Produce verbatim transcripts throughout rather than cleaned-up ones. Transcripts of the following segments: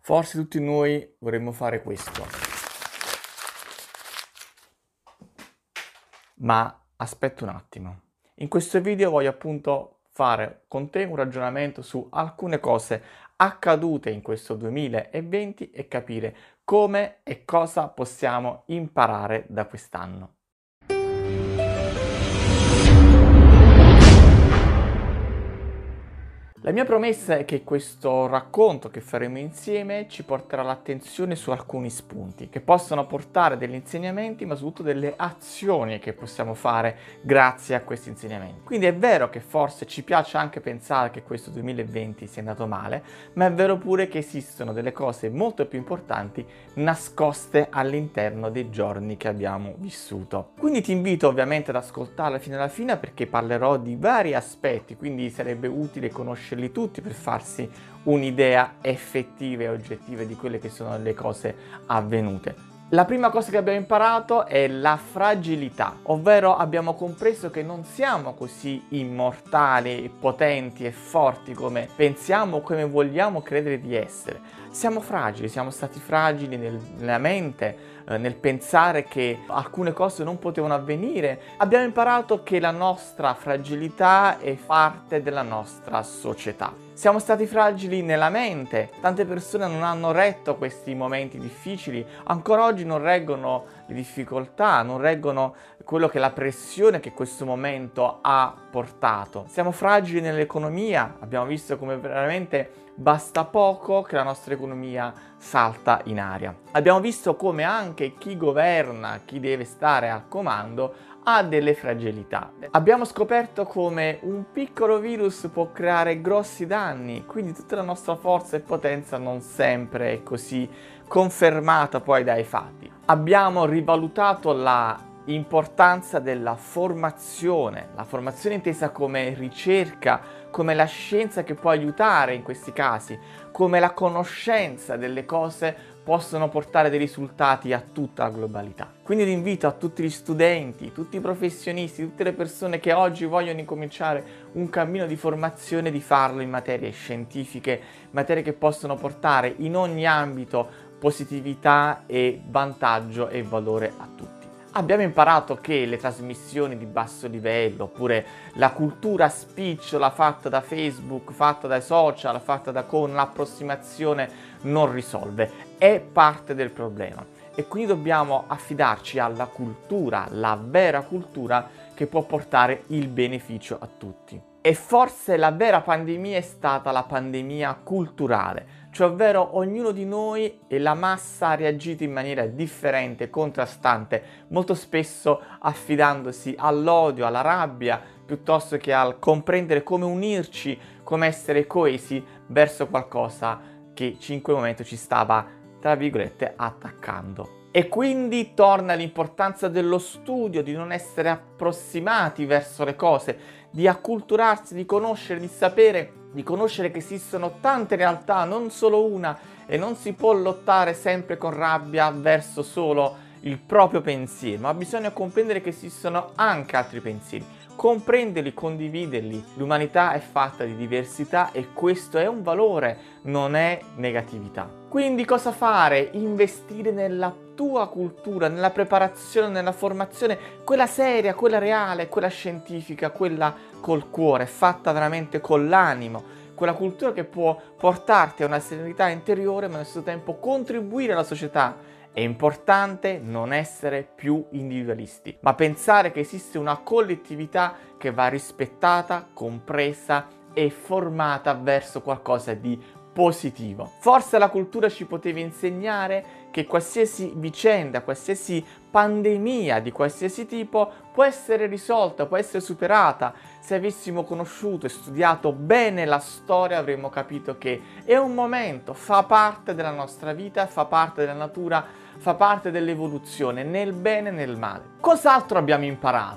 Forse tutti noi vorremmo fare questo. Ma aspetta un attimo. In questo video voglio appunto fare con te un ragionamento su alcune cose accadute in questo duemilaventi e capire come e cosa possiamo imparare da quest'anno. La mia promessa è che questo racconto che faremo insieme ci porterà l'attenzione su alcuni spunti che possono portare degli insegnamenti, ma soprattutto delle azioni che possiamo fare grazie a questi insegnamenti. Quindi è vero che forse ci piace anche pensare che questo duemilaventi sia andato male, ma è vero pure che esistono delle cose molto più importanti nascoste all'interno dei giorni che abbiamo vissuto. Quindi ti invito ovviamente ad ascoltarla fino alla fine perché parlerò di vari aspetti, quindi sarebbe utile conoscere tutti per farsi un'idea effettiva e oggettiva di quelle che sono le cose avvenute. La prima cosa che abbiamo imparato è la fragilità, ovvero abbiamo compreso che non siamo così immortali, potenti e forti come pensiamo o come vogliamo credere di essere. Siamo fragili, siamo stati fragili nel, nella mente, eh, nel pensare che alcune cose non potevano avvenire. Abbiamo imparato che la nostra fragilità è parte della nostra società. Siamo stati fragili nella mente, tante persone non hanno retto questi momenti difficili, ancora oggi non reggono le difficoltà, non reggono quello che è la pressione che questo momento ha portato. Siamo fragili nell'economia, abbiamo visto come veramente basta poco che la nostra economia salta in aria. Abbiamo visto come anche chi governa, chi deve stare al comando, ha delle fragilità. Abbiamo scoperto come un piccolo virus può creare grossi danni, quindi tutta la nostra forza e potenza non sempre è così confermata poi dai fatti. Abbiamo rivalutato la importanza della formazione, la formazione intesa come ricerca, come la scienza che può aiutare in questi casi, come la conoscenza delle cose possono portare dei risultati a tutta la globalità. Quindi invito a tutti gli studenti, tutti i professionisti, tutte le persone che oggi vogliono incominciare un cammino di formazione di farlo in materie scientifiche, materie che possono portare in ogni ambito positività e vantaggio e valore a tutti. Abbiamo imparato che le trasmissioni di basso livello, oppure la cultura spicciola fatta da Facebook, fatta dai social, fatta da con l'approssimazione non risolve, è parte del problema. E quindi dobbiamo affidarci alla cultura, la vera cultura che può portare il beneficio a tutti. E forse la vera pandemia è stata la pandemia culturale, cioè ovvero ognuno di noi e la massa ha reagito in maniera differente, contrastante, molto spesso affidandosi all'odio, alla rabbia, piuttosto che al comprendere come unirci, come essere coesi verso qualcosa che in quel momento ci stava, tra virgolette, attaccando. E quindi torna l'importanza dello studio, di non essere approssimati verso le cose, di acculturarsi, di conoscere, di sapere, di conoscere che esistono tante realtà, non solo una, e non si può lottare sempre con rabbia verso solo il proprio pensiero, ma bisogna comprendere che esistono anche altri pensieri, comprenderli, condividerli. L'umanità è fatta di diversità e questo è un valore, non è negatività. Quindi cosa fare? Investire nella tua cultura, nella preparazione, nella formazione, quella seria, quella reale, quella scientifica, quella col cuore, fatta veramente con l'animo, quella cultura che può portarti a una serenità interiore ma allo stesso tempo contribuire alla società. È importante non essere più individualisti, ma pensare che esiste una collettività che va rispettata, compresa e formata verso qualcosa di positivo. Forse la cultura ci poteva insegnare che qualsiasi vicenda, qualsiasi pandemia di qualsiasi tipo può essere risolta, può essere superata. Se avessimo conosciuto e studiato bene la storia avremmo capito che è un momento, fa parte della nostra vita, fa parte della natura, fa parte dell'evoluzione, nel bene e nel male. Cos'altro abbiamo imparato?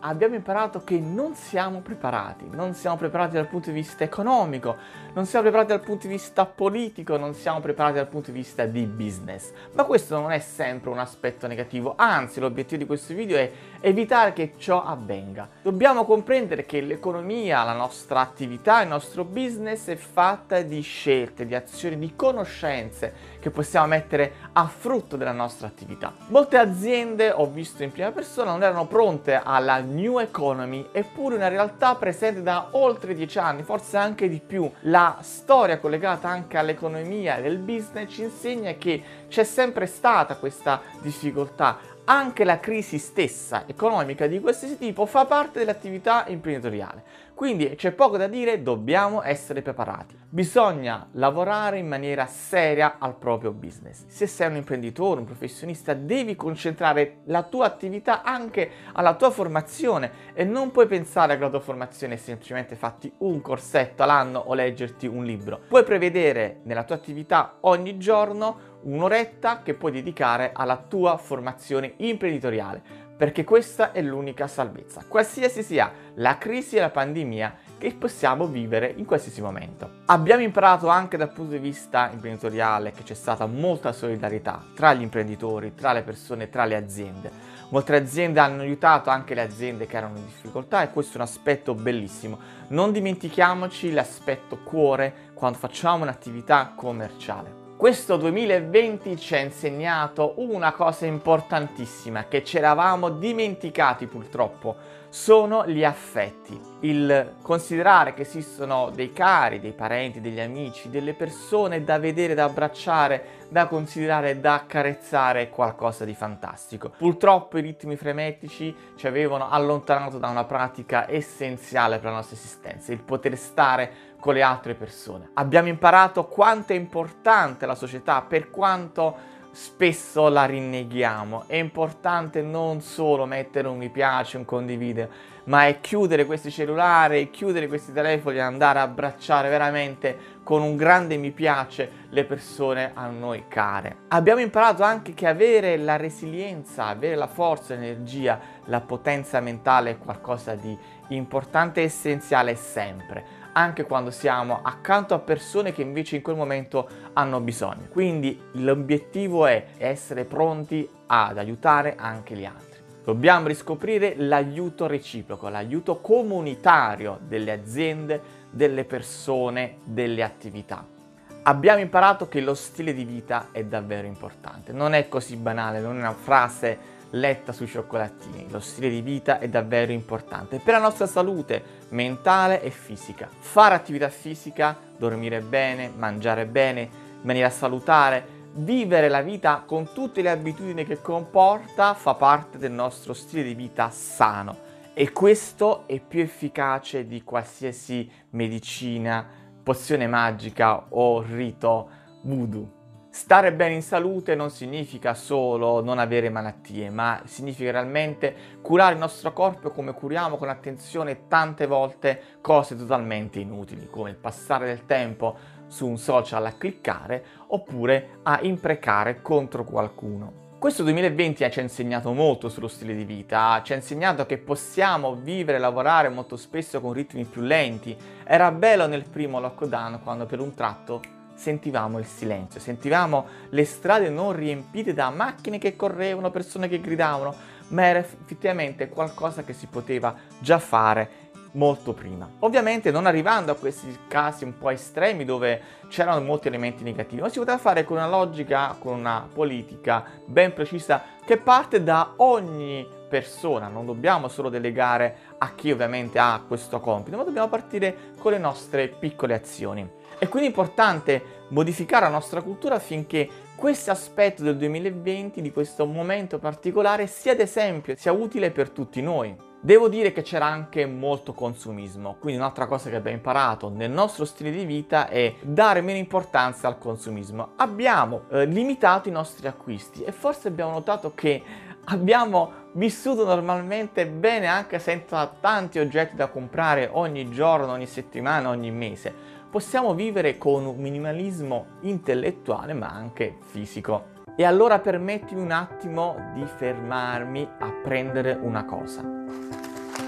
abbiamo imparato che non siamo preparati, non siamo preparati dal punto di vista economico, non siamo preparati dal punto di vista politico, non siamo preparati dal punto di vista di business. Ma questo non è sempre un aspetto negativo, anzi l'obiettivo di questo video è evitare che ciò avvenga. Dobbiamo comprendere che l'economia, la nostra attività, il nostro business è fatta di scelte, di azioni, di conoscenze che possiamo mettere a frutto della nostra attività. Molte aziende, ho visto in prima persona, non erano pronte alla new economy, eppure una realtà presente da oltre dieci anni, forse anche di più. La storia collegata anche all'economia e del business ci insegna che c'è sempre stata questa difficoltà. Anche la crisi stessa economica di qualsiasi tipo fa parte dell'attività imprenditoriale. Quindi c'è poco da dire, dobbiamo essere preparati. Bisogna lavorare in maniera seria al proprio business. Se sei un imprenditore, un professionista, devi concentrare la tua attività anche alla tua formazione e non puoi pensare che la tua formazione è semplicemente fatti un corsetto all'anno o leggerti un libro. Puoi prevedere nella tua attività ogni giorno un'oretta che puoi dedicare alla tua formazione imprenditoriale, perché questa è l'unica salvezza, qualsiasi sia la crisi e la pandemia che possiamo vivere in qualsiasi momento. Abbiamo imparato anche dal punto di vista imprenditoriale che c'è stata molta solidarietà tra gli imprenditori, tra le persone, tra le aziende. Molte aziende hanno aiutato anche le aziende che erano in difficoltà e questo è un aspetto bellissimo. Non dimentichiamoci l'aspetto cuore quando facciamo un'attività commerciale. Questo duemilaventi ci ha insegnato una cosa importantissima che ci eravamo dimenticati purtroppo, sono gli affetti. Il considerare che esistono dei cari, dei parenti, degli amici, delle persone da vedere, da abbracciare, da considerare, da accarezzare è qualcosa di fantastico. Purtroppo i ritmi frenetici ci avevano allontanato da una pratica essenziale per la nostra esistenza, il poter stare con le altre persone. Abbiamo imparato quanto è importante la società, per quanto spesso la rinneghiamo. È importante non solo mettere un mi piace, un condividere, ma è chiudere questi cellulari, chiudere questi telefoni e andare a abbracciare veramente con un grande mi piace le persone a noi care. Abbiamo imparato anche che avere la resilienza, avere la forza, l'energia, la potenza mentale è qualcosa di importante e essenziale sempre, anche quando siamo accanto a persone che invece in quel momento hanno bisogno. Quindi l'obiettivo è essere pronti ad aiutare anche gli altri. Dobbiamo riscoprire l'aiuto reciproco, l'aiuto comunitario delle aziende, delle persone, delle attività. Abbiamo imparato che lo stile di vita è davvero importante. Non è così banale, non è una frase letta sui cioccolatini. Lo stile di vita è davvero importante per la nostra salute mentale e fisica. Fare attività fisica, dormire bene, mangiare bene, in maniera salutare, vivere la vita con tutte le abitudini che comporta fa parte del nostro stile di vita sano e questo è più efficace di qualsiasi medicina, pozione magica o rito voodoo. Stare bene in salute non significa solo non avere malattie, ma significa realmente curare il nostro corpo come curiamo con attenzione tante volte cose totalmente inutili, come il passare del tempo su un social a cliccare oppure a imprecare contro qualcuno. Questo duemilaventi ci ha insegnato molto sullo stile di vita, ci ha insegnato che possiamo vivere e lavorare molto spesso con ritmi più lenti. Era bello nel primo lockdown quando per un tratto sentivamo il silenzio, sentivamo le strade non riempite da macchine che correvano, persone che gridavano, ma era effettivamente qualcosa che si poteva già fare molto prima. Ovviamente non arrivando a questi casi un po' estremi dove c'erano molti elementi negativi, ma si poteva fare con una logica, con una politica ben precisa che parte da ogni persona. Non dobbiamo solo delegare a chi ovviamente ha questo compito, ma dobbiamo partire con le nostre piccole azioni. È quindi importante modificare la nostra cultura affinché questo aspetto del duemilaventi, di questo momento particolare, sia d'esempio, sia utile per tutti noi. Devo dire che c'era anche molto consumismo, quindi un'altra cosa che abbiamo imparato nel nostro stile di vita è dare meno importanza al consumismo. Abbiamo eh, limitato i nostri acquisti e forse abbiamo notato che abbiamo vissuto normalmente bene anche senza tanti oggetti da comprare ogni giorno, ogni settimana, ogni mese. Possiamo vivere con un minimalismo intellettuale ma anche fisico. E allora permettimi un attimo di fermarmi a prendere una cosa.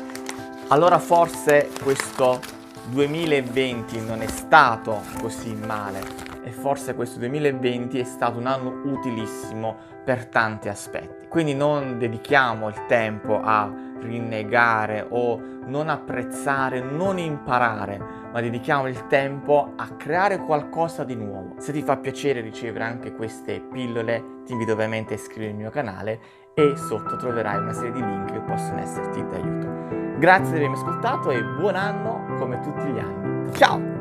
allora forse questo duemilaventi non è stato così male e forse questo duemilaventi è stato un anno utilissimo per tanti aspetti. Quindi non dedichiamo il tempo a rinnegare o non apprezzare, non imparare, ma dedichiamo il tempo a creare qualcosa di nuovo. Se ti fa piacere ricevere anche queste pillole, ti invito ovviamente a iscriverti al mio canale e sotto troverai una serie di link che possono esserti d'aiuto. Grazie di avermi ascoltato e buon anno come tutti gli anni. Ciao!